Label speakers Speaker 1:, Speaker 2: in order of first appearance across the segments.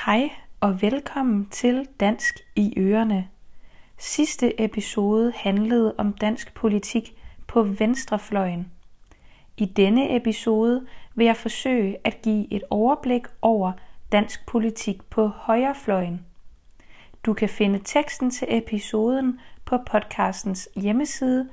Speaker 1: Hej og velkommen til Dansk i Ørerne. Sidste episode handlede om dansk politik på venstrefløjen. I denne episode vil jeg forsøge at give et overblik over dansk politik på højrefløjen. Du kan finde teksten til episoden på podcastens hjemmeside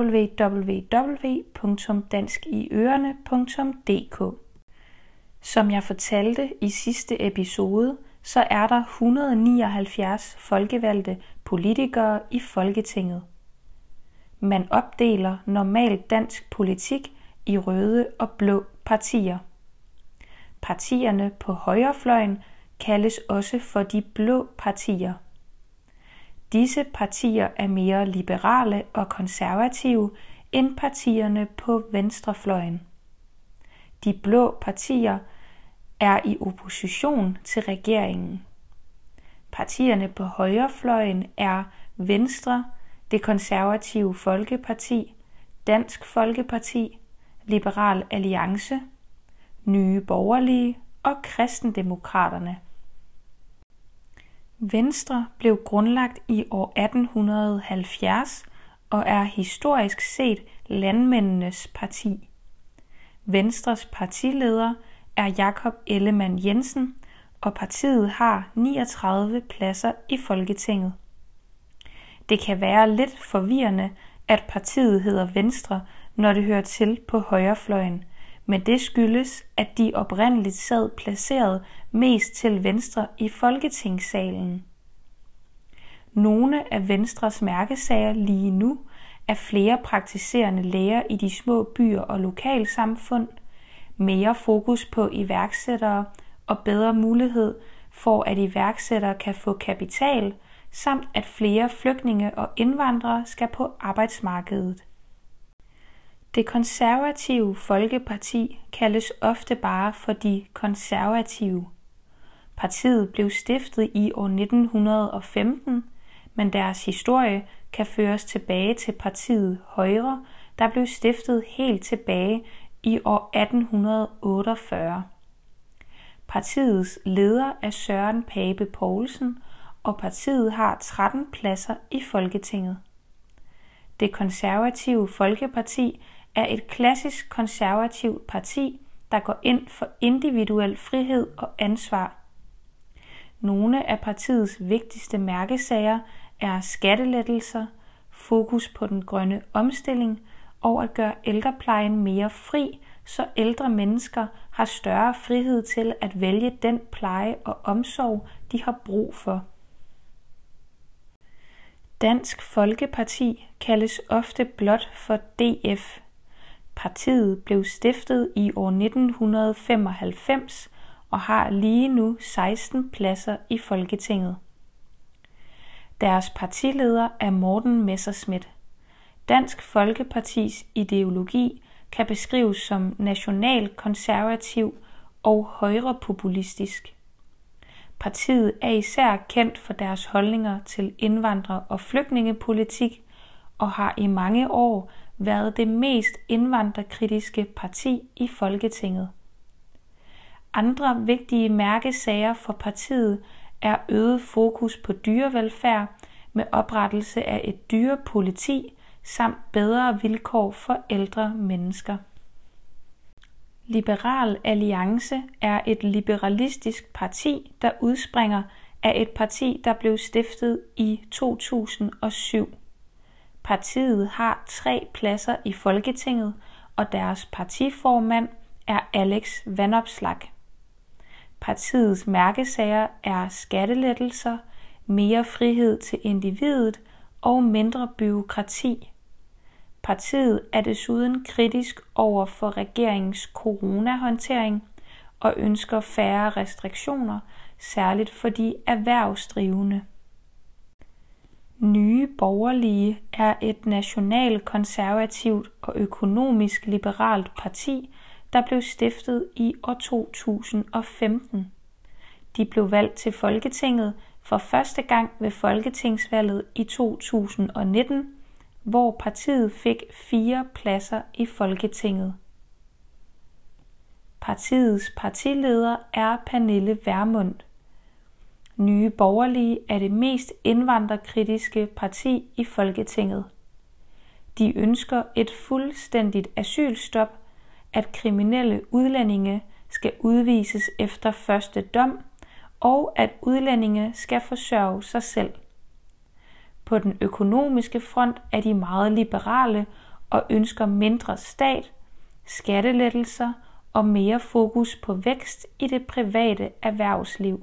Speaker 1: www.danskiørerne.dk. Som jeg fortalte i sidste episode, så er der 179 folkevalgte politikere i Folketinget. Man opdeler normalt dansk politik i røde og blå partier. Partierne på højrefløjen kaldes også for de blå partier. Disse partier er mere liberale og konservative end partierne på venstrefløjen. De blå partier er i opposition til regeringen. Partierne på højrefløjen er Venstre, Det Konservative Folkeparti, Dansk Folkeparti, Liberal Alliance, Nye Borgerlige og Kristendemokraterne. Venstre blev grundlagt i år 1870 og er historisk set landmændenes parti. Venstres partileder er Jakob Ellemann-Jensen, og partiet har 39 pladser i Folketinget. Det kan være lidt forvirrende, at partiet hedder Venstre, når det hører til på højrefløjen, men det skyldes, at de oprindeligt sad placeret mest til venstre i Folketingssalen. Nogle af Venstres mærkesager lige nu er flere praktiserende læger i de små byer og lokalsamfund, mere fokus på iværksættere og bedre mulighed for, at iværksættere kan få kapital, samt at flere flygtninge og indvandrere skal på arbejdsmarkedet. Det Konservative Folkeparti kaldes ofte bare for de konservative. Partiet blev stiftet i år 1915, men deres historie kan føres tilbage til partiet Højre, der blev stiftet helt tilbage i år 1848. Partiets leder er Søren Pape Poulsen, og partiet har 13 pladser i Folketinget. Det Konservative Folkeparti er et klassisk konservativt parti, der går ind for individuel frihed og ansvar. Nogle af partiets vigtigste mærkesager er skattelettelser, fokus på den grønne omstilling og at gøre ældreplejen mere fri, så ældre mennesker har større frihed til at vælge den pleje og omsorg, de har brug for. Dansk Folkeparti kaldes ofte blot for DF. Partiet blev stiftet i år 1995 og har lige nu 16 pladser i Folketinget. Deres partileder er Morten Messerschmidt. Dansk Folkepartis ideologi kan beskrives som nationalkonservativ og højrepopulistisk. Partiet er især kendt for deres holdninger til indvandrer- og flygtningepolitik og har i mange år været det mest indvandrerkritiske parti i Folketinget. Andre vigtige mærkesager for partiet er øget fokus på dyrevelfærd med oprettelse af et dyrepoliti samt bedre vilkår for ældre mennesker. Liberal Alliance er et liberalistisk parti, der udspringer af et parti, der blev stiftet i 2007. Partiet har 3 pladser i Folketinget, og deres partiformand er Alex Vanopslagh. Partiets mærkesager er skattelettelser, mere frihed til individet og mindre bureaukrati. Partiet er desuden kritisk over for regeringens coronahåndtering og ønsker færre restriktioner, særligt for de erhvervsdrivende. Nye Borgerlige er et nationalkonservativt og økonomisk liberalt parti, der blev stiftet i år 2015. De blev valgt til Folketinget for første gang ved folketingsvalget i 2019, hvor partiet fik 4 pladser i Folketinget. Partiets partileder er Pernille Vermund. Nye Borgerlige er det mest indvandrerkritiske parti i Folketinget. De ønsker et fuldstændigt asylstop, at kriminelle udlændinge skal udvises efter første dom, og at udlændinge skal forsørge sig selv. På den økonomiske front er de meget liberale og ønsker mindre stat, skattelettelser og mere fokus på vækst i det private erhvervsliv.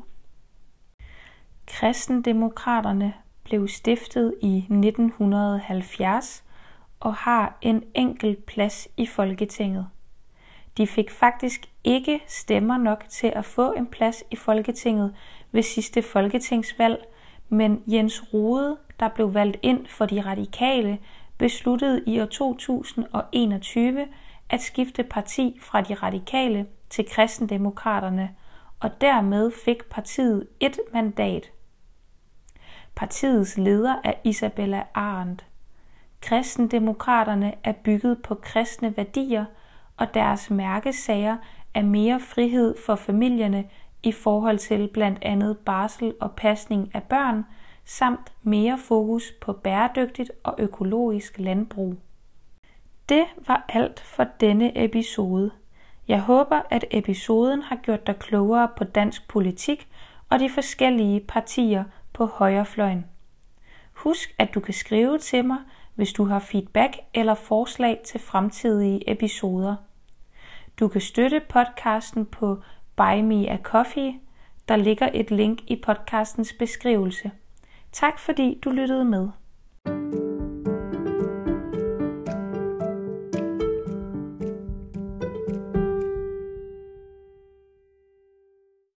Speaker 1: Kristendemokraterne blev stiftet i 1970 og har en enkelt plads i Folketinget. De fik faktisk ikke stemmer nok til at få en plads i Folketinget ved sidste folketingsvalg, men Jens Rohde, der blev valgt ind for de radikale, besluttede i år 2021 at skifte parti fra de radikale til Kristendemokraterne, og dermed fik partiet et mandat. Partiets leder er Isabella Arendt. Kristendemokraterne er bygget på kristne værdier, og deres mærkesager er mere frihed for familierne i forhold til blandt andet barsel og pasning af børn, samt mere fokus på bæredygtigt og økologisk landbrug. Det var alt for denne episode. Jeg håber, at episoden har gjort dig klogere på dansk politik og de forskellige partier på højrefløjen. Husk, at du kan skrive til mig, hvis du har feedback eller forslag til fremtidige episoder. Du kan støtte podcasten på Buy Me a Coffee. Der ligger et link i podcastens beskrivelse. Tak fordi du lyttede med.